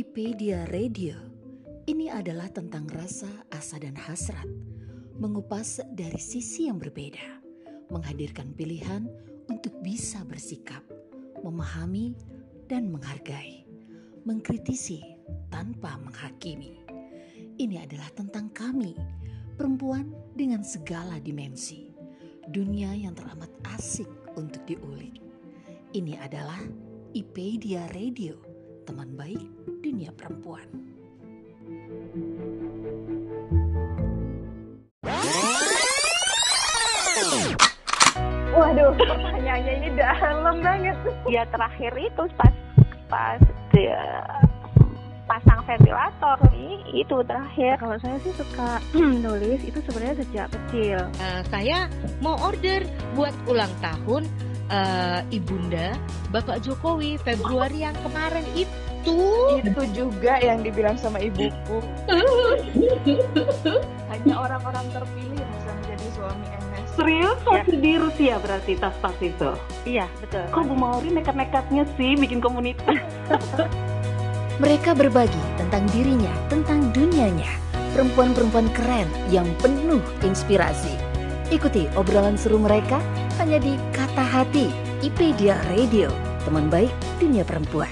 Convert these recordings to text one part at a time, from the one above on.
IPedia Radio. Ini adalah tentang rasa, asa dan hasrat. Mengupas dari sisi yang berbeda. Menghadirkan pilihan untuk bisa bersikap, memahami dan menghargai. Mengkritisi tanpa menghakimi. Ini adalah tentang kami, perempuan dengan segala dimensi. Dunia yang teramat asik untuk diulik. Ini adalah IPedia Radio, teman baik dunia perempuan. Waduh, pertanyaannya ini dalam banget. Ya terakhir itu pas dia pasang ventilator itu terakhir. Kalau saya sih suka nulis itu sebenarnya sejak kecil. Saya mau order buat ulang tahun Ibunda Bapak Jokowi Februari yang kemarin itu. Itu juga yang dibilang sama ibuku. Hanya orang-orang terpilih yang bisa menjadi suami MS. Serius? Masih di Rusia berarti tas itu? Iya, betul. Kok Bu Mauri nekat-nekatnya sih bikin komunitas? Mereka berbagi tentang dirinya, tentang dunianya. Perempuan-perempuan keren yang penuh inspirasi. Ikuti obrolan seru mereka hanya di Kata Hati, IPedia Radio, teman baik dunia perempuan.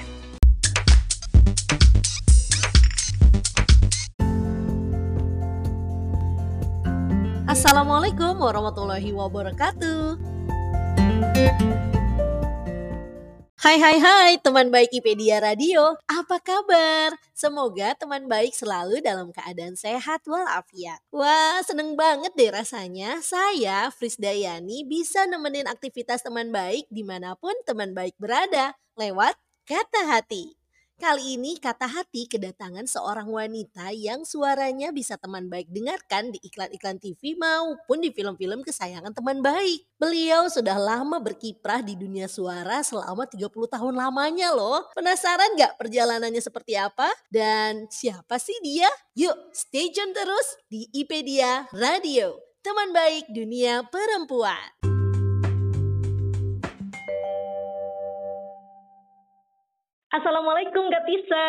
Assalamualaikum warahmatullahi wabarakatuh. Hai teman baik IPedia Radio, apa kabar? Semoga teman baik selalu dalam keadaan sehat walafiat. Wah, seneng banget deh rasanya saya, Frisdayani, bisa nemenin aktivitas teman baik dimanapun teman baik berada lewat Kata Hati. Kali ini Kata Hati kedatangan seorang wanita yang suaranya bisa teman baik dengarkan di iklan-iklan TV maupun di film-film kesayangan teman baik. Beliau sudah lama berkiprah di dunia suara selama 30 tahun lamanya loh. Penasaran gak perjalanannya seperti apa? Dan siapa sih dia? Yuk stay tune terus di IPedia Radio, teman baik dunia perempuan. Assalamualaikum Kak Tisa.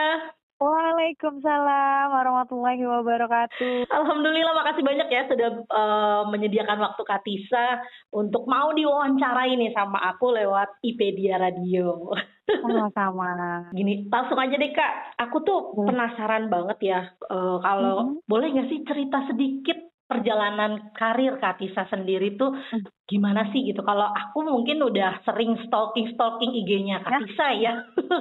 Waalaikumsalam warahmatullahi wabarakatuh. Alhamdulillah, makasih banyak ya sudah menyediakan waktu Kak Tisa untuk mau diwawancarai nih sama aku lewat IPedia Radio. Sama-sama. Gini, langsung aja deh Kak, aku tuh penasaran banget ya, kalau boleh nggak sih cerita sedikit perjalanan karir Kak Tisa sendiri tuh gimana sih gitu. Kalau aku mungkin udah sering stalking IG-nya Kak Tisa ya.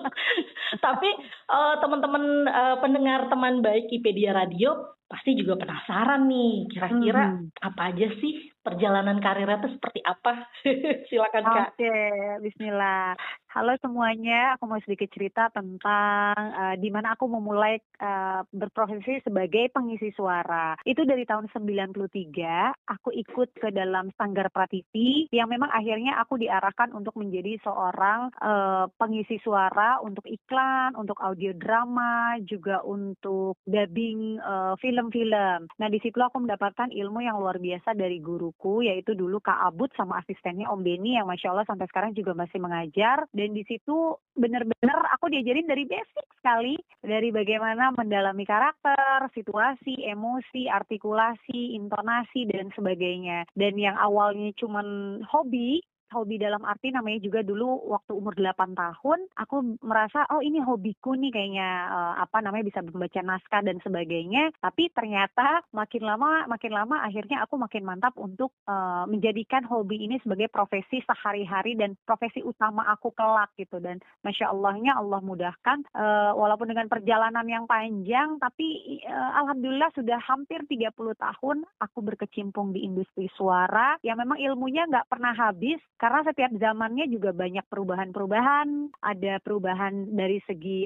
Tapi teman-teman pendengar teman baik IPedia Radio pasti juga penasaran nih, kira-kira apa aja sih perjalanan karirnya tuh seperti apa? Silakan Kak. Oke, bismillah. Halo semuanya, aku mau sedikit cerita tentang di mana aku memulai berprofesi sebagai pengisi suara. Itu dari tahun 93, aku ikut ke dalam Sanggar Prativi yang memang akhirnya aku diarahkan untuk menjadi seorang pengisi suara untuk iklan, untuk audio drama, juga untuk dubbing film-film. Nah, di situ aku mendapatkan ilmu yang luar biasa dari guruku, yaitu dulu Kak Abud sama asistennya Om Beni yang Masya Allah sampai sekarang juga masih mengajar. Dan di situ benar-benar aku diajarin dari basic sekali, dari bagaimana mendalami karakter, situasi, emosi, artikulasi, intonasi, dan sebagainya. Dan yang awalnya cuman hobi dalam arti namanya juga dulu waktu umur 8 tahun, aku merasa oh ini hobiku nih kayaknya bisa membaca naskah dan sebagainya. Tapi ternyata makin lama akhirnya aku makin mantap untuk menjadikan hobi ini sebagai profesi sehari-hari dan profesi utama aku kelak gitu. Dan Masya Allahnya Allah mudahkan walaupun dengan perjalanan yang panjang, tapi Alhamdulillah sudah hampir 30 tahun aku berkecimpung di industri suara yang memang ilmunya nggak pernah habis. Karena setiap zamannya juga banyak perubahan-perubahan, ada perubahan dari segi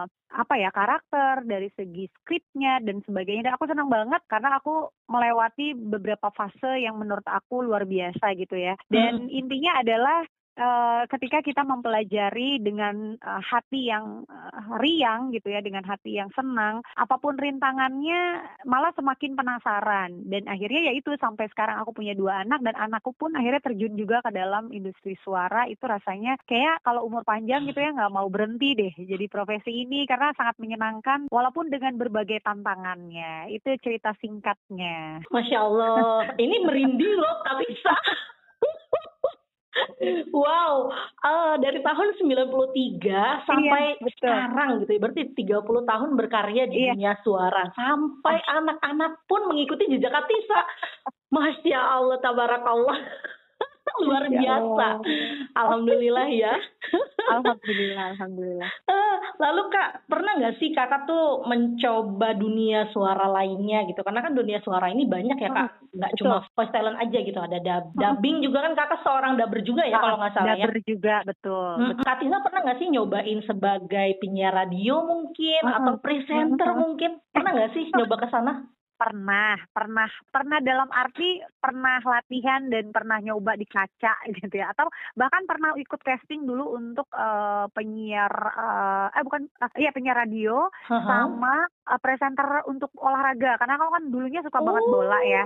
karakter, dari segi skripnya dan sebagainya. Dan aku senang banget karena aku melewati beberapa fase yang menurut aku luar biasa gitu ya. Dan intinya adalah ketika kita mempelajari dengan hati yang riang gitu ya, dengan hati yang senang, apapun rintangannya malah semakin penasaran. Dan akhirnya ya itu sampai sekarang aku punya 2 anak dan anakku pun akhirnya terjun juga ke dalam industri suara. Itu rasanya kayak kalau umur panjang gitu ya nggak mau berhenti deh jadi profesi ini karena sangat menyenangkan walaupun dengan berbagai tantangannya. Itu cerita singkatnya. Masya Allah, ini merinding loh Kak Tisa. Wow, dari tahun 93 sampai betul. sekarang gitu ya, berarti 30 tahun berkarya di Iya. dunia suara. Sampai anak-anak pun mengikuti jejak Kak Tisa. Masya Allah, tabarakallah. Luar Masya biasa. Allah. Alhamdulillah ya. Alhamdulillah. Lalu Kak, pernah nggak sih Kakak tuh mencoba dunia suara lainnya gitu? Karena kan dunia suara ini banyak ya Kak, nggak Betul. cuma voice talent aja gitu. Ada dubbing juga kan, Kakak seorang dubber juga ya kalau nggak salah ya. Dubber juga, betul. Kak Tisa pernah nggak sih nyobain sebagai penyiar radio mungkin atau presenter mungkin? Pernah nggak sih nyoba ke sana? Pernah dalam arti pernah latihan dan pernah nyoba di kaca gitu ya, atau bahkan pernah ikut casting dulu untuk penyiar penyiar radio sama presenter untuk olahraga karena aku kan dulunya suka banget bola ya.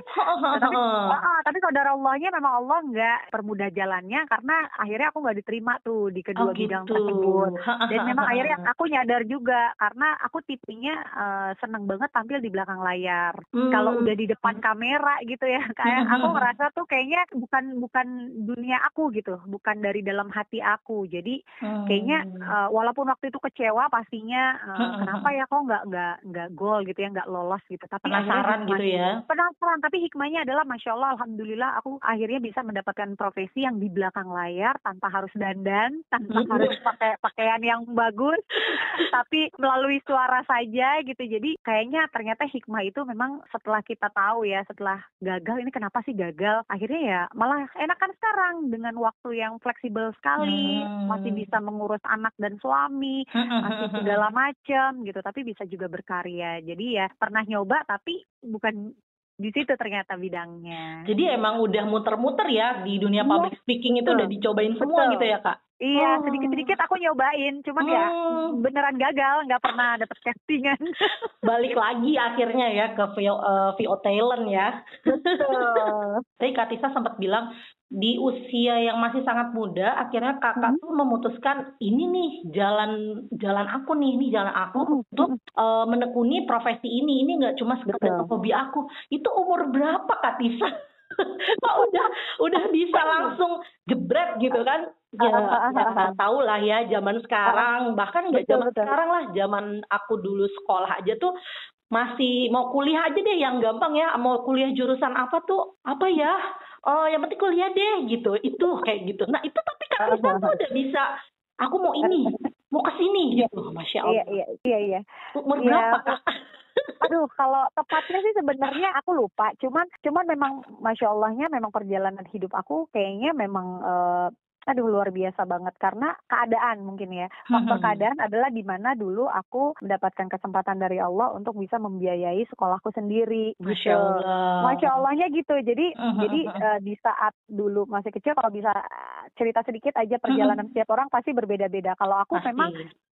Tapi saudara Allahnya memang Allah nggak permudah jalannya karena akhirnya aku nggak diterima tuh di kedua bidang tersebut. Dan memang akhirnya aku nyadar juga karena aku tipenya seneng banget tampil di belakang layar. Kalau udah di depan kamera gitu ya, kayak aku ngerasa tuh kayaknya bukan dunia aku gitu, bukan dari dalam hati aku. Jadi kayaknya walaupun waktu itu kecewa pastinya kenapa ya kok nggak gol gitu ya, nggak lolos gitu. Tapi penasaran gitu ya. Penasaran, tapi hikmahnya adalah Masya Allah, Alhamdulillah aku akhirnya bisa mendapatkan profesi yang di belakang layar tanpa harus dandan, tanpa harus pakai pakaian yang bagus, tapi melalui suara saja gitu. Jadi kayaknya ternyata hikmah itu memang setelah kita tahu ya, setelah gagal ini kenapa sih gagal, akhirnya ya malah enakan sekarang dengan waktu yang fleksibel sekali, masih bisa mengurus anak dan suami, masih segala macam gitu, tapi bisa juga berkarya. Jadi ya pernah nyoba tapi bukan di situ ternyata bidangnya. Jadi emang udah muter-muter ya di dunia public speaking itu udah dicobain semua gitu ya Kak? Iya, sedikit-sedikit aku nyobain, cuman ya beneran gagal, nggak pernah dapet castingan. Balik lagi akhirnya ya ke VO talent ya. Betul. Tadi Kak Tisa sempat bilang di usia yang masih sangat muda, akhirnya kakak tuh memutuskan ini nih jalan aku nih, ini jalan aku untuk menekuni profesi ini nggak cuma sekedar hobi aku. Itu umur berapa Kak Tisa? Kok udah bisa langsung jebret gitu kan? Ya tahu lah ya zaman sekarang, bahkan nggak zaman sekarang lah, zaman aku dulu sekolah aja tuh masih mau kuliah aja deh yang gampang ya, mau kuliah jurusan apa tuh apa ya, oh yang penting kuliah deh gitu, itu kayak gitu. Nah itu tapi Kak Tisa tuh udah bisa, aku mau ini, mau ke sini gitu. Masya Allah. Iya. Umur berapa Kak? Aduh, kalau tepatnya sih sebenarnya aku lupa. Cuman memang Masya Allahnya memang perjalanan hidup aku kayaknya memang luar biasa banget karena keadaan mungkin ya. Faktor keadaan adalah di mana dulu aku mendapatkan kesempatan dari Allah untuk bisa membiayai sekolahku sendiri. Masya Allah. Masya Allahnya gitu. Jadi di saat dulu masih kecil, kalau bisa cerita sedikit aja perjalanan setiap orang pasti berbeda-beda. Kalau aku memang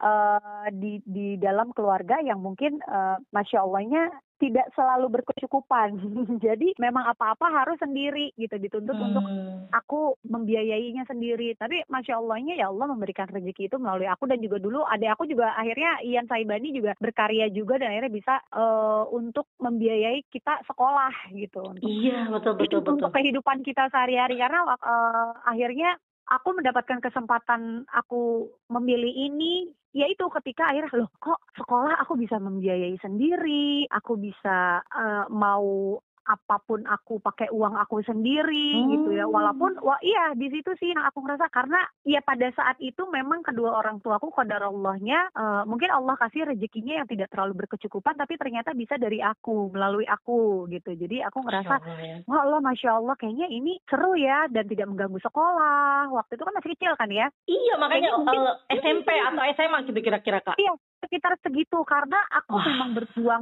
di dalam keluarga yang mungkin Masya Allahnya tidak selalu berkecukupan. Jadi memang apa-apa harus sendiri gitu, dituntut untuk aku membiayainya sendiri. Tapi Masya Allahnya ya Allah memberikan rezeki itu melalui aku, dan juga dulu adik aku juga akhirnya Ian Saibani juga berkarya juga dan akhirnya bisa untuk membiayai kita sekolah gitu. Iya, betul. Untuk kehidupan kita sehari-hari, karena akhirnya aku mendapatkan kesempatan aku memilih ini, yaitu ketika akhirnya kok sekolah aku bisa membiayai sendiri, aku bisa mau apapun aku pakai uang aku sendiri gitu ya. Walaupun di situ sih yang aku ngerasa, karena ya pada saat itu memang kedua orang tuaku qadarallahnya mungkin Allah kasih rezekinya yang tidak terlalu berkecukupan, tapi ternyata bisa dari aku, melalui aku gitu. Jadi aku ngerasa wah Allah Masya Allah, kayaknya ini seru ya dan tidak mengganggu sekolah. Waktu itu kan masih kecil kan ya. Iya, makanya SMP atau SMA gitu kira-kira Kak. Iya, sekitar segitu karena aku Wah, memang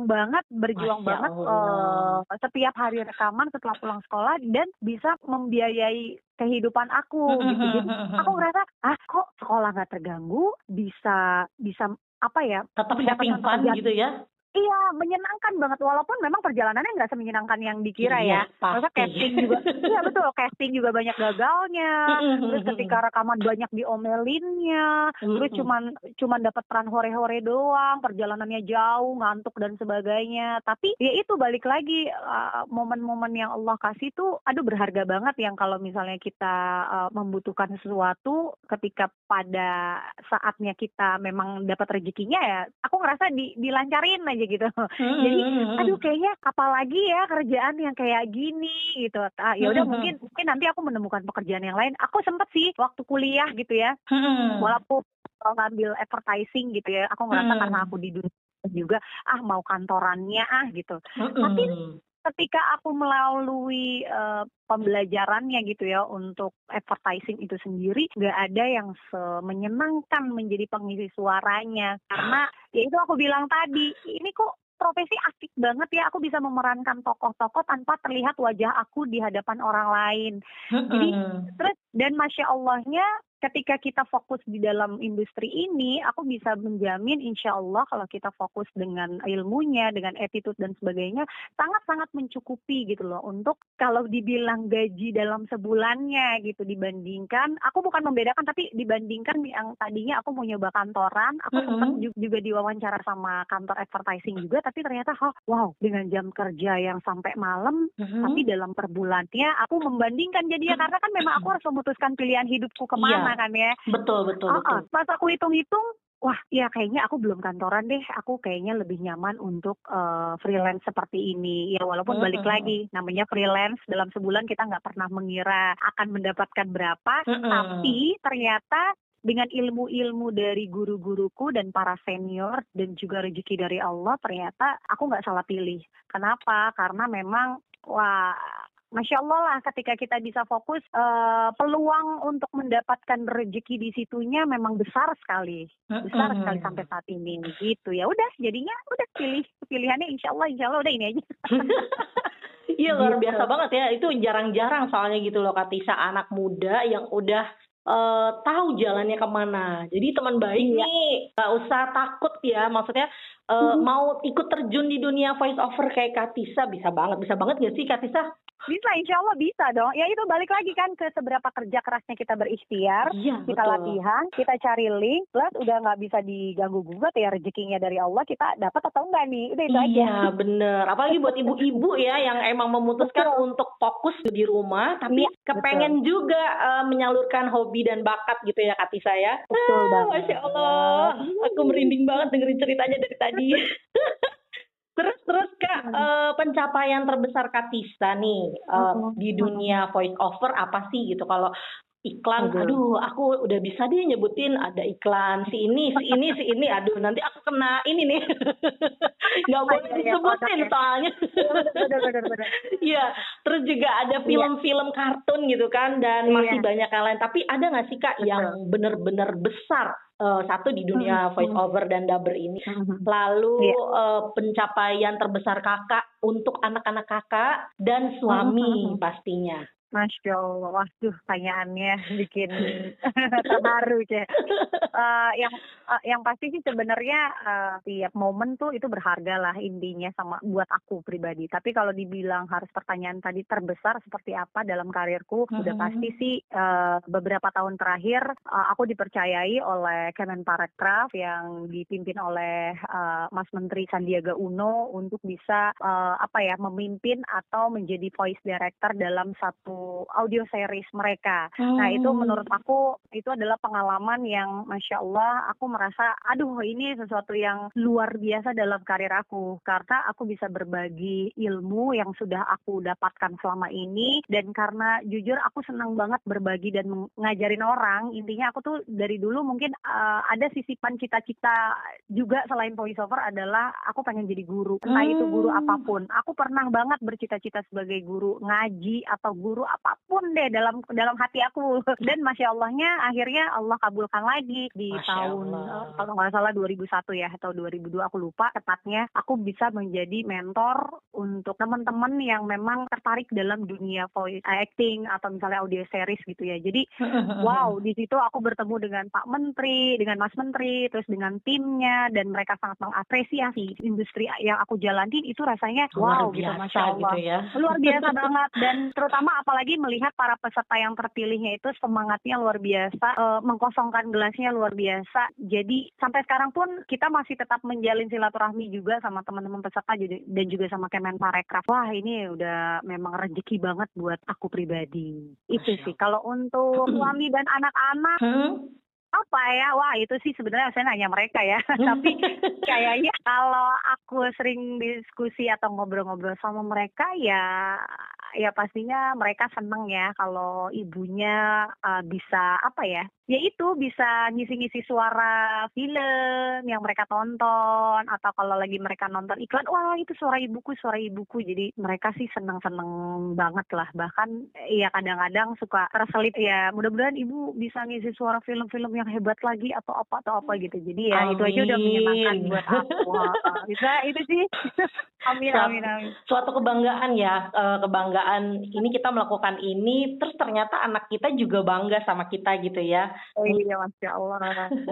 berjuang Masya banget Allah. setiap hari rekaman setelah pulang sekolah dan bisa membiayai kehidupan aku gitu. Jadi aku ngerasa kok sekolah nggak terganggu, bisa bisa apa ya, Tetap having mendapatkan fun pekerjaan. gitu ya? Iya, menyenangkan banget walaupun memang perjalanannya nggak semenyenangkan yang dikira ya. Iya, Masa pasti. casting juga, iya betul, casting juga banyak gagalnya. Terus ketika rekaman banyak diomelinnya, terus Mm-mm. cuman dapat peran hore-hore doang, perjalanannya jauh, ngantuk dan sebagainya. Tapi ya itu balik lagi momen-momen yang Allah kasih tuh, aduh berharga banget yang kalau misalnya kita membutuhkan sesuatu, ketika pada saatnya kita memang dapat rezekinya ya, aku ngerasa dilancarin aja gitu. Jadi aduh kayaknya apalagi ya kerjaan yang kayak gini gitu. Ya udah mungkin nanti aku menemukan pekerjaan yang lain. Aku sempet sih waktu kuliah gitu ya, walaupun ngambil advertising gitu ya, aku ngerasa karena aku di dunia juga mau kantorannya gitu. Tapi ketika aku melalui pembelajarannya gitu ya untuk advertising itu sendiri, nggak ada yang menyenangkan menjadi pengisi suaranya. Karena ya itu aku bilang tadi, ini kok profesi asik banget ya, aku bisa memerankan tokoh-tokoh tanpa terlihat wajah aku di hadapan orang lain. Jadi terus dan Masya Allahnya ketika kita fokus di dalam industri ini, aku bisa menjamin insya Allah kalau kita fokus dengan ilmunya, dengan attitude dan sebagainya, sangat-sangat mencukupi gitu loh untuk kalau dibilang gaji dalam sebulannya gitu dibandingkan, aku bukan membedakan tapi dibandingkan yang tadinya aku mau nyoba kantoran, aku sempat juga diwawancara sama kantor advertising juga, tapi ternyata wow dengan jam kerja yang sampai malam, tapi dalam per bulannya aku membandingkan jadinya karena kan memang aku harus memutuskan pilihan hidupku kemana kan ya. Betul. Pas aku hitung-hitung, wah ya kayaknya aku belum kantoran deh, aku kayaknya lebih nyaman untuk freelance seperti ini. Ya walaupun balik lagi, namanya freelance dalam sebulan kita nggak pernah mengira akan mendapatkan berapa, tapi ternyata dengan ilmu-ilmu dari guru-guruku dan para senior dan juga rezeki dari Allah, ternyata aku nggak salah pilih. Kenapa? Karena memang wah Masya Allah lah ketika kita bisa fokus, peluang untuk mendapatkan rezeki di situnya memang besar sekali sampai saat ini gitu. Ya udah jadinya udah pilihannya insya Allah udah ini aja. Iya luar biasa banget ya, itu jarang-jarang soalnya gitu loh Kak Tisa, anak muda yang udah tahu jalannya kemana. Jadi teman baik nih nggak usah takut ya, maksudnya mau ikut terjun di dunia voice over kayak Kak Tisa bisa banget nggak sih Kak Tisa? Bisa, insya Allah bisa dong. Ya itu balik lagi kan ke seberapa kerja kerasnya kita berikhtiar, kita betul. latihan, kita cari link, plus udah nggak bisa diganggu gugat ya rezekinya dari Allah, kita dapat atau enggak nih, udah itu aja. Iya bener, apalagi buat ibu-ibu ya yang emang memutuskan untuk fokus di rumah, tapi kepengen juga menyalurkan hobi dan bakat gitu ya Kak Tisa ya. Betul banget. Masya Allah, aku merinding banget dengerin ceritanya dari tadi. Terus Kak, pencapaian terbesar Kak Tisa nih di dunia voice over apa sih gitu? Kalau iklan, aduh aku udah bisa deh nyebutin ada iklan si ini, aduh nanti aku kena ini nih, nggak boleh disebutin soalnya. Benar. Iya, terus juga ada film-film kartun gitu kan, dan masih banyak yang lain. Tapi ada nggak sih Kak yang benar-benar besar? Satu di dunia voice over dan dubber ini. Lalu pencapaian terbesar kakak untuk anak-anak kakak dan suami pastinya. Masya Allah, waduh pertanyaannya bikin terharu ya. Yang pasti sih sebenarnya tiap momen tuh itu berharga lah intinya sama buat aku pribadi. Tapi kalau dibilang harus pertanyaan tadi terbesar seperti apa dalam karirku, udah pasti sih beberapa tahun terakhir aku dipercayai oleh Kemenparekraf yang dipimpin oleh Mas Menteri Sandiaga Uno untuk bisa memimpin atau menjadi voice director dalam satu audio series mereka. Nah itu menurut aku itu adalah pengalaman yang Masya Allah aku merasa aduh ini sesuatu yang luar biasa dalam karir aku karena aku bisa berbagi ilmu yang sudah aku dapatkan selama ini dan karena jujur aku senang banget berbagi dan ngajarin orang. Intinya aku tuh dari dulu mungkin ada sisipan cita-cita juga selain voiceover adalah aku pengen jadi guru. Entah itu guru apapun. Aku pernah banget bercita-cita sebagai guru ngaji atau guru apapun deh dalam hati aku. Dan masya Allahnya akhirnya Allah kabulkan lagi di Masya tahun Allah. kalau nggak salah 2001 ya atau 2002 aku lupa tepatnya. Aku bisa menjadi mentor untuk teman-teman yang memang tertarik dalam dunia voice acting atau misalnya audio series gitu ya. Jadi wow, di situ aku bertemu dengan Pak Menteri, dengan Mas Menteri, terus dengan timnya, dan mereka sangat mengapresiasi industri yang aku jalani itu rasanya Luar wow gitu, biasa Masya Allah. gitu ya. Luar biasa banget, dan terutama apalagi melihat para peserta yang terpilihnya itu semangatnya luar biasa, mengkosongkan gelasnya luar biasa. Jadi sampai sekarang pun kita masih tetap menjalin silaturahmi juga sama teman-teman peserta dan juga sama Kemenparekraf. Wah, ini udah memang rezeki banget buat aku pribadi. Itu Masya sih. Kalau untuk suami dan anak-anak Allah. apa ya? Wah, itu sih sebenarnya saya nanya mereka ya. Tapi kayaknya kalau aku sering diskusi atau ngobrol-ngobrol sama mereka ya pastinya mereka seneng ya kalau ibunya bisa apa ya? Ya itu bisa ngisi-ngisi suara film yang mereka tonton, atau kalau lagi mereka nonton iklan, wah itu suara ibuku. Jadi mereka sih seneng-seneng banget lah. Bahkan ya kadang-kadang suka terselip ya, mudah-mudahan ibu bisa ngisi suara film-film yang hebat lagi atau apa gitu. Jadi ya itu aja udah menyenangkan Amin. buat aku. Bisa itu sih. Amin. Suatu kebanggaan ya, kebanggaan ini kita melakukan ini, terus ternyata anak kita juga bangga sama kita gitu ya. Oh iya, Masya Allah.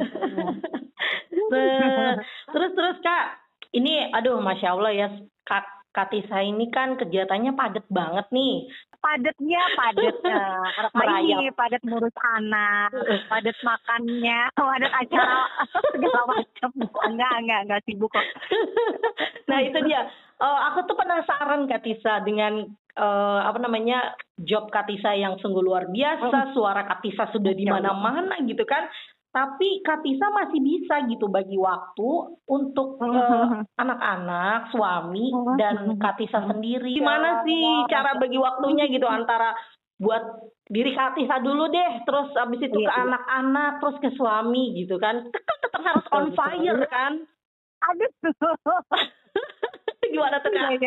Terus Kak, ini aduh Masya Allah ya, Kak Tisa ini kan kegiatannya padat banget nih. Padat. Merayap. Ini padat ngurus anak, padat makannya, padat acara segala macam. Enggak sibuk kok. Nah itu dia. Aku tuh penasaran Kak Tisa dengan job Kak Tisa yang sungguh luar biasa. Suara Kak Tisa sudah di mana-mana gitu kan. Tapi Kak Tisa masih bisa gitu bagi waktu untuk anak-anak, suami, dan Kak Tisa sendiri. Gimana sih cara bagi waktunya gitu antara buat diri Kak Tisa dulu deh, terus abis itu ke anak-anak, terus ke suami gitu kan. Tetap harus on fire kan. Aduh. Gimana tuh Kak?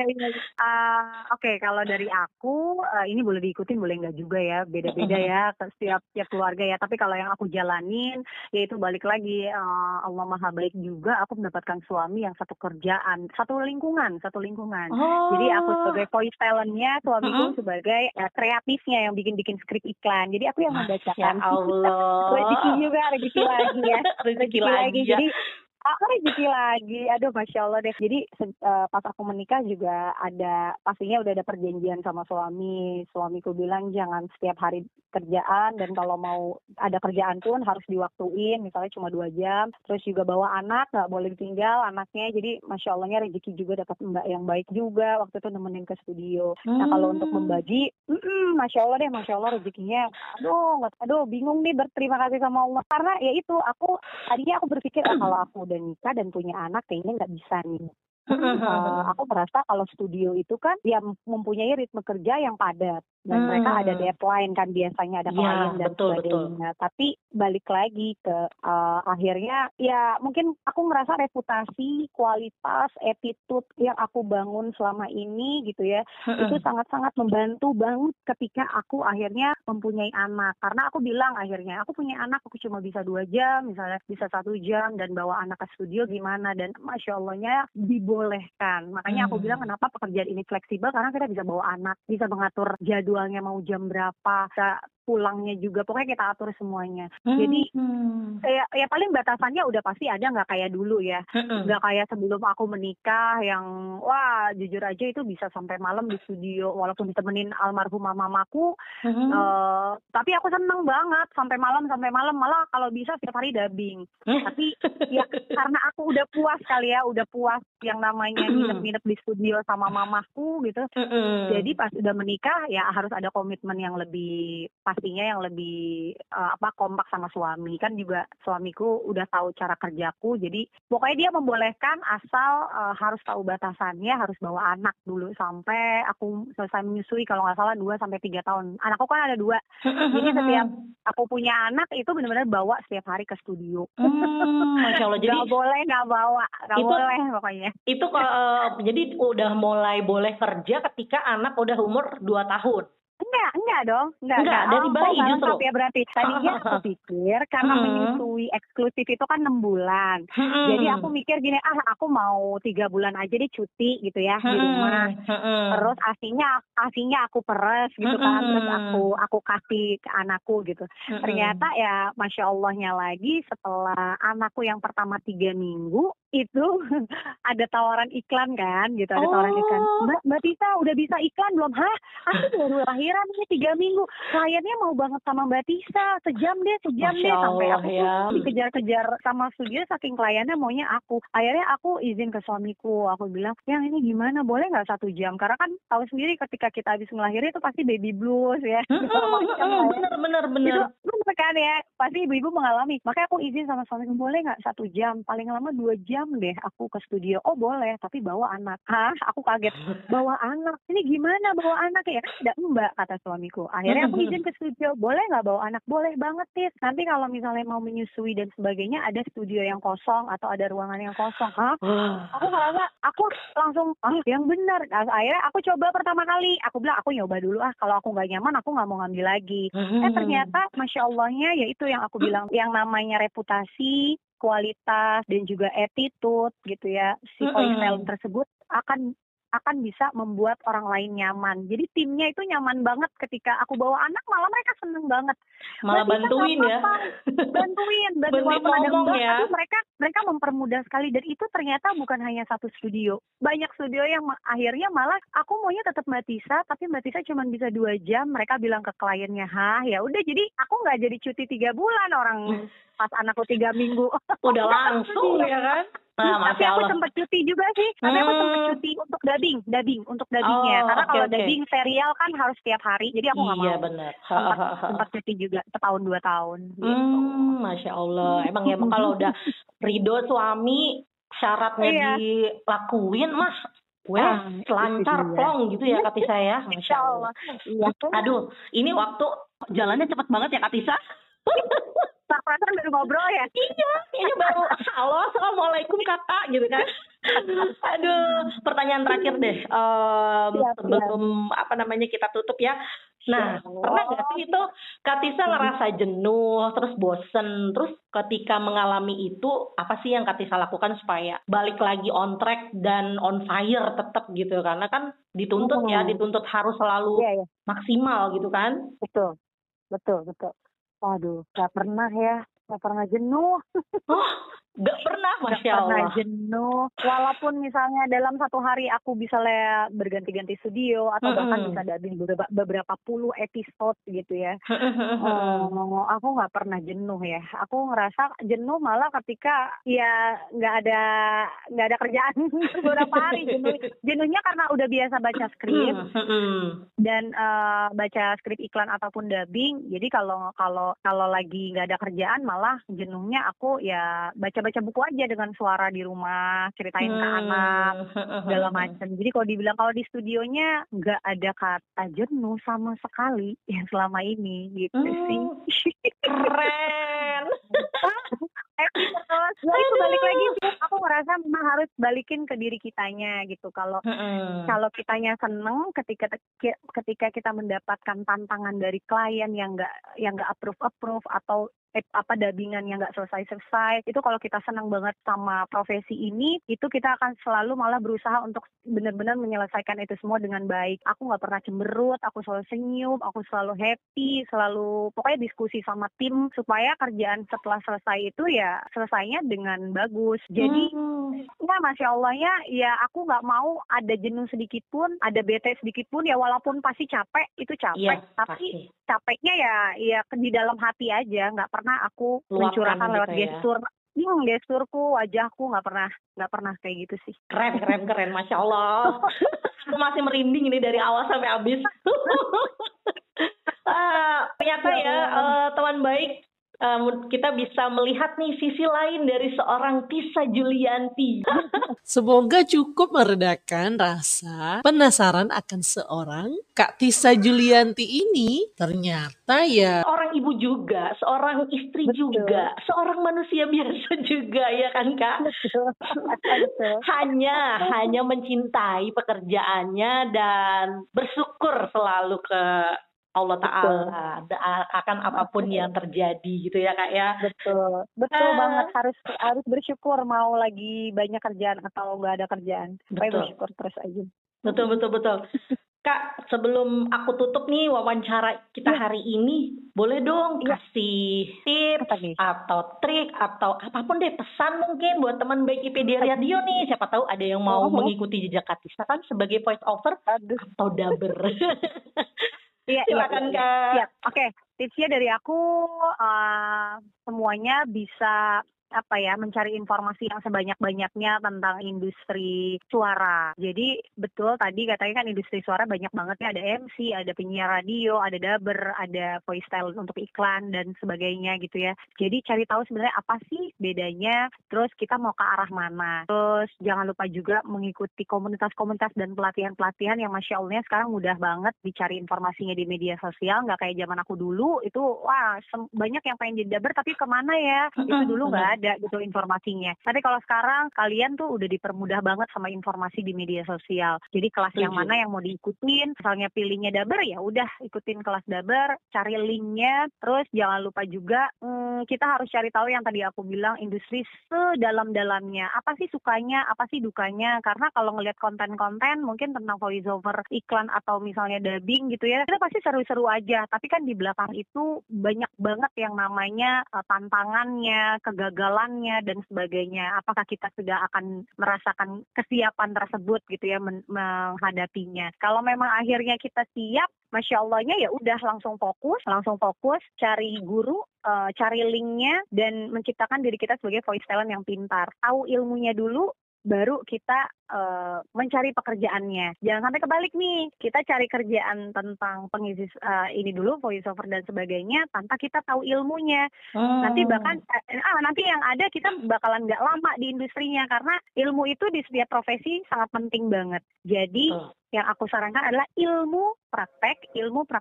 Oke, kalau dari aku ini boleh diikutin boleh nggak juga ya, beda-beda ya ke setiap keluarga ya. Tapi kalau yang aku jalanin yaitu balik lagi Allah Maha Baik juga, aku mendapatkan suami yang satu kerjaan, satu lingkungan. Jadi aku sebagai voice talentnya, suamiku sebagai kreatifnya yang bikin skrip iklan. Jadi aku yang membacakan. Ya Allah. Rezeki lagi ya. Rezeki lagi. Jadi rezeki lagi, aduh Masya Allah deh. Jadi pas aku menikah juga pastinya udah ada perjanjian sama suamiku bilang jangan setiap hari kerjaan, dan kalau mau ada kerjaan pun harus diwaktuin, misalnya cuma 2 jam. Terus juga bawa anak, nggak boleh ditinggal anaknya. Jadi Masya Allahnya rezeki juga dapat mbak yang baik juga waktu itu nemenin ke studio. Nah kalau untuk membagi, Masya Allah rezekinya, aduh bingung nih, berterima kasih sama Allah. Karena ya itu, tadinya aku berpikir kalau aku udah nikah dan punya anak kayaknya nggak bisa nih. Aku merasa kalau studio itu kan dia mempunyai ritme kerja yang padat, dan mereka ada deadline kan, biasanya ada klien dan sebagainya. Tapi balik lagi ke akhirnya ya mungkin aku ngerasa reputasi, kualitas, attitude yang aku bangun selama ini gitu ya, itu sangat-sangat membantu banget ketika aku akhirnya mempunyai anak. Karena aku bilang akhirnya aku punya anak, aku cuma bisa 2 jam, misalnya bisa 1 jam, dan bawa anak ke studio gimana, dan Masya Allahnya dibolehkan. Makanya aku bilang kenapa pekerjaan ini fleksibel, karena kita bisa bawa anak, bisa mengatur jadwalnya mau jam berapa, bisa pulangnya juga, pokoknya kita atur semuanya. Jadi ya paling batasannya udah pasti ada, nggak kayak dulu ya, nggak kayak sebelum aku menikah yang wah jujur aja itu bisa sampai malam di studio walaupun ditemenin almarhumah mamaku. Tapi aku seneng banget sampai malam, malah kalau bisa setiap hari dubbing. Tapi ya karena aku udah puas kali ya, udah puas yang namanya nginep-nginep di studio sama mamaku gitu. Jadi pas udah menikah ya harus ada komitmen yang lebih, pastinya yang lebih kompak sama suami. Kan juga suamiku udah tahu cara kerjaku, jadi pokoknya dia membolehkan asal harus tahu batasannya, harus bawa anak dulu sampai aku selesai menyusui, kalau nggak salah 2-3 tahun. Anakku kan ada 2. Jadi setiap aku punya anak itu benar-benar bawa setiap hari ke studio. Masya Allah. Jadi nggak boleh nggak bawa, nggak boleh pokoknya. Itu jadi udah mulai boleh kerja ketika anak udah umur 2 tahun. Enggak dong, enggak. Dari Oh, bayi nggak justru. lengkap ya berarti. Tadinya aku pikir karena menyusui eksklusif itu kan 6 bulan. Jadi aku mikir gini, aku mau 3 bulan aja deh cuti gitu ya di rumah. Terus asinya aku peres gitu kan, terus aku kasih ke anakku gitu. Ternyata ya Masya Allahnya lagi setelah anakku yang pertama 3 minggu itu ada tawaran iklan kan gitu, ada tawaran iklan. Mbak Tisa udah bisa iklan belum? Hah? Aku baru lahiran ini 3 minggu. Kliennya mau banget sama Mbak Tisa, sejam deh Masya sampai Allah aku tuh ya. dikejar-kejar sama studio saking kliennya maunya aku. Akhirnya aku izin ke suamiku, aku bilang, yang ini gimana, boleh nggak 1 jam? Karena kan tahu sendiri ketika kita habis melahirkan itu pasti baby blues ya. Bener. Itu bener kan ya, pasti ibu-ibu mengalami. Makanya aku izin sama suamiku, boleh nggak 1 jam, paling lama 2 jam deh aku ke studio. Oh boleh, tapi bawa anak. Hah? Aku kaget, bawa anak? Ini gimana bawa anak ya? Tidak mbak, kata suamiku. Akhirnya aku izin ke studio, boleh nggak bawa anak? Boleh banget Tis. Nanti kalau misalnya mau menyusui dan sebagainya, ada studio yang kosong atau ada ruangan yang kosong. Hah? Aku ngerasa, aku langsung, yang benar. Akhirnya aku coba pertama kali. Aku bilang, aku nyoba dulu kalau aku nggak nyaman, aku nggak mau ngambil lagi. Ternyata Masya Allahnya ya itu yang aku bilang, yang namanya reputasi, kualitas, dan juga attitude gitu ya, si voice talent tersebut akan bisa membuat orang lain nyaman. Jadi timnya itu nyaman banget ketika aku bawa anak, malah mereka seneng banget. Malah bantuin ya. Bantuin walaupun ada mbak, tapi mereka mempermudah sekali. Dan itu ternyata bukan hanya satu studio. Banyak studio yang akhirnya malah aku maunya tetap Mbak Tisa, tapi Mbak Tisa cuma bisa 2 jam. Mereka bilang ke kliennya, ya udah, jadi aku nggak jadi cuti 3 bulan orang pas anakku 3 minggu. Udah langsung ya kan. Tapi aku sempat cuti juga sih. Tapi aku sempat cuti untuk dubbing untuk dubbingnya. Karena kalau dubbing serial kan harus setiap hari. Jadi aku nggak mau. Iya benar. Sempat cuti juga setahun 2 tahun. Gitu. Masya Allah. Emang kalau udah ridho suami syaratnya dilakuin mah. Lancar plong gitu ya Kak Tisa ya. Masya Allah. Aduh, ini waktu jalannya cepet banget ya Kak Tisa. Perasaan baru ngobrol ya? Iya, ini baru halo, assalamualaikum kakak gitu kan. Aduh, pertanyaan terakhir deh sebelum kita tutup ya. Nah, pernah nggak sih itu Kak Tisa ngerasa jenuh, terus bosen, terus ketika mengalami itu apa sih yang Kak Tisa lakukan supaya balik lagi on track dan on fire tetap gitu? Karena kan dituntut harus selalu maksimal gitu kan? Betul. Waduh, gak pernah jenuh. Gak pernah, Masya Allah. Pernah jenuh. Walaupun misalnya dalam 1 hari aku bisa berganti-ganti studio atau bahkan bisa dubbing beberapa puluh episode gitu ya. Aku nggak pernah jenuh ya. Aku ngerasa jenuh malah ketika ya nggak ada kerjaan beberapa hari. Jenuhnya karena udah biasa baca skrip dan baca skrip iklan ataupun dubbing. Jadi kalau lagi nggak ada kerjaan malah jenuhnya aku ya baca buku aja dengan suara di rumah, ceritain ke anak, segala macam. Jadi kalau di studionya nggak ada kata jenuh sama sekali yang selama ini gitu sih. Keren. Terus itu balik lagi sih, aku ngerasa memang harus balikin ke diri kitanya gitu. Kalau kitanya seneng ketika kita mendapatkan tantangan dari klien yang nggak approve atau dubbingan yang nggak selesai, itu kalau kita senang banget sama profesi ini, itu kita akan selalu malah berusaha untuk benar-benar menyelesaikan itu semua dengan baik. Aku nggak pernah cemberut, aku selalu senyum, aku selalu happy, selalu pokoknya diskusi sama tim supaya kerjaan setelah selesai itu ya selesainya dengan bagus. Jadi ya Masya Allahnya ya aku nggak mau ada jenuh sedikit pun, ada bete sedikit pun ya, walaupun pasti capek, itu capek, tapi capeknya ya di dalam hati aja, nggak pernah aku mencurahkan lewat gestur. Gesturku, wajahku nggak pernah kayak gitu sih. Keren, Masya Allah. Aku masih merinding ini dari awal sampai habis. Ternyata ya teman baik, kita bisa melihat nih sisi lain dari seorang Tisa Julianti. Semoga cukup meredakan rasa penasaran akan seorang Kak Tisa Julianti ini. Ternyata ya seorang ibu juga, seorang istri juga, seorang manusia biasa juga ya kan Kak? Betul. Hanya mencintai pekerjaannya dan bersyukur selalu ke Allah Betul. Ta'ala akan apapun yang terjadi gitu ya Kak ya. Betul banget, harus bersyukur mau lagi banyak kerjaan atau nggak ada kerjaan. Pokoknya Betul. bersyukur terus aja. Betul. Kak, sebelum aku tutup nih wawancara kita hari ini, boleh dong kasih tips Apa nih? atau trik atau apapun deh, pesan mungkin buat teman baik IPD Radio nih. Siapa tahu ada yang mau mengikuti jejak Kak Tisa kan sebagai voice over atau dubber. Silakan Kak. Siap. Oke, tipsnya dari aku semuanya bisa mencari informasi yang sebanyak-banyaknya tentang industri suara. Jadi betul tadi katanya kan industri suara banyak banget ya, ada MC, ada penyiar radio, ada dubber, ada voice talent untuk iklan dan sebagainya gitu ya. Jadi cari tahu sebenarnya apa sih bedanya, terus kita mau ke arah mana. Terus jangan lupa juga mengikuti komunitas-komunitas dan pelatihan-pelatihan yang Masya Allahnya sekarang mudah banget dicari informasinya di media sosial, nggak kayak zaman aku dulu itu banyak yang pengen jadi dubber tapi kemana ya, itu dulu nggak ada gitu informasinya. Tapi kalau sekarang kalian tuh udah dipermudah banget sama informasi di media sosial. Jadi kelas yang mana yang mau diikutin, misalnya pilihnya dubber ya udah ikutin kelas dubber, cari linknya. Terus jangan lupa juga kita harus cari tahu yang tadi aku bilang industri sedalam-dalamnya. Apa sih sukanya, apa sih dukanya? Karena kalau ngelihat konten-konten mungkin tentang voice over iklan atau misalnya dubbing gitu ya, itu pasti seru-seru aja. Tapi kan di belakang itu banyak banget yang namanya tantangannya, kegagalannya dan sebagainya. Apakah kita sudah akan merasakan kesiapan tersebut gitu ya menghadapinya. Kalau memang akhirnya kita siap, Masya Allahnya ya udah langsung fokus, cari guru, cari linknya dan menciptakan diri kita sebagai voice talent yang pintar. Tahu ilmunya dulu, baru kita mencari pekerjaannya. Jangan sampai kebalik nih, kita cari kerjaan tentang pengisi ini dulu, voice over dan sebagainya, tanpa kita tahu ilmunya. Nanti bahkan nanti yang ada kita bakalan nggak lama di industrinya, karena ilmu itu di setiap profesi sangat penting banget. Jadi yang aku sarankan adalah ilmu praktek,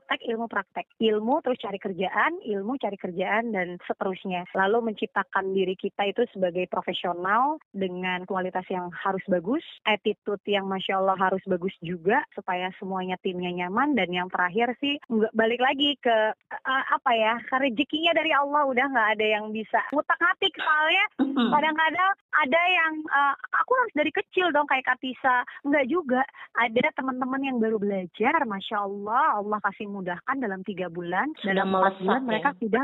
ilmu terus cari kerjaan dan seterusnya. Lalu menciptakan diri kita itu sebagai profesional dengan kualitas yang harus bagus, attitude yang Masya Allah harus bagus juga supaya semuanya timnya nyaman. Dan yang terakhir sih balik lagi ke ke rezekinya dari Allah, udah nggak ada yang bisa ngutak-ngatik. Soalnya kadang-kadang ada yang aku harus dari kecil dong kayak Kak Tisa. Enggak juga, ada teman-teman yang baru belajar, Masya Allah, Allah kasih mudahkan dalam 3 bulan, dalam 4 bulan mereka sudah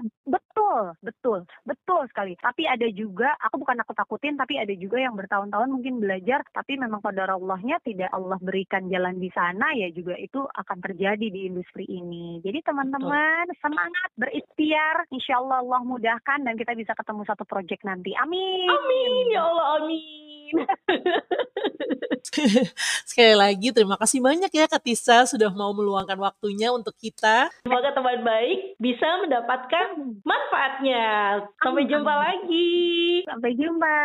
betul sekali. Tapi ada juga, aku bukan nakut-nakutin, tapi ada juga yang bertahun-tahun mungkin belajar, tapi memang qadar Allahnya tidak Allah berikan jalan di sana, ya juga itu akan terjadi di industri ini. Jadi teman-teman semangat, berikhtiar, Insya Allah Allah mudahkan dan kita bisa ketemu satu proyek nanti. Amin. Amin ya Allah, amin. Sekali lagi terima kasih banyak ya Kak Tisa sudah mau meluangkan waktunya untuk kita. Semoga teman baik bisa mendapatkan manfaatnya. Sampai jumpa lagi. Sampai jumpa.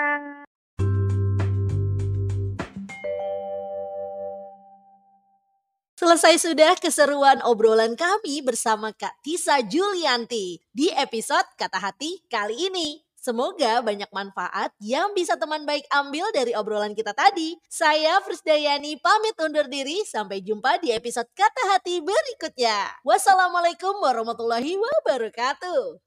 Selesai sudah keseruan obrolan kami bersama Kak Tisa Julianti di episode Kata Hati kali ini. Semoga banyak manfaat yang bisa teman baik ambil dari obrolan kita tadi. Saya Frisdayani pamit undur diri. Sampai jumpa di episode Kata Hati berikutnya. Wassalamualaikum warahmatullahi wabarakatuh.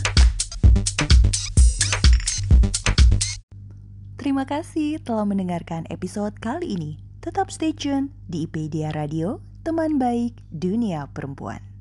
Terima kasih telah mendengarkan episode kali ini. Tetap stay tune di IPedia Radio, teman baik dunia perempuan.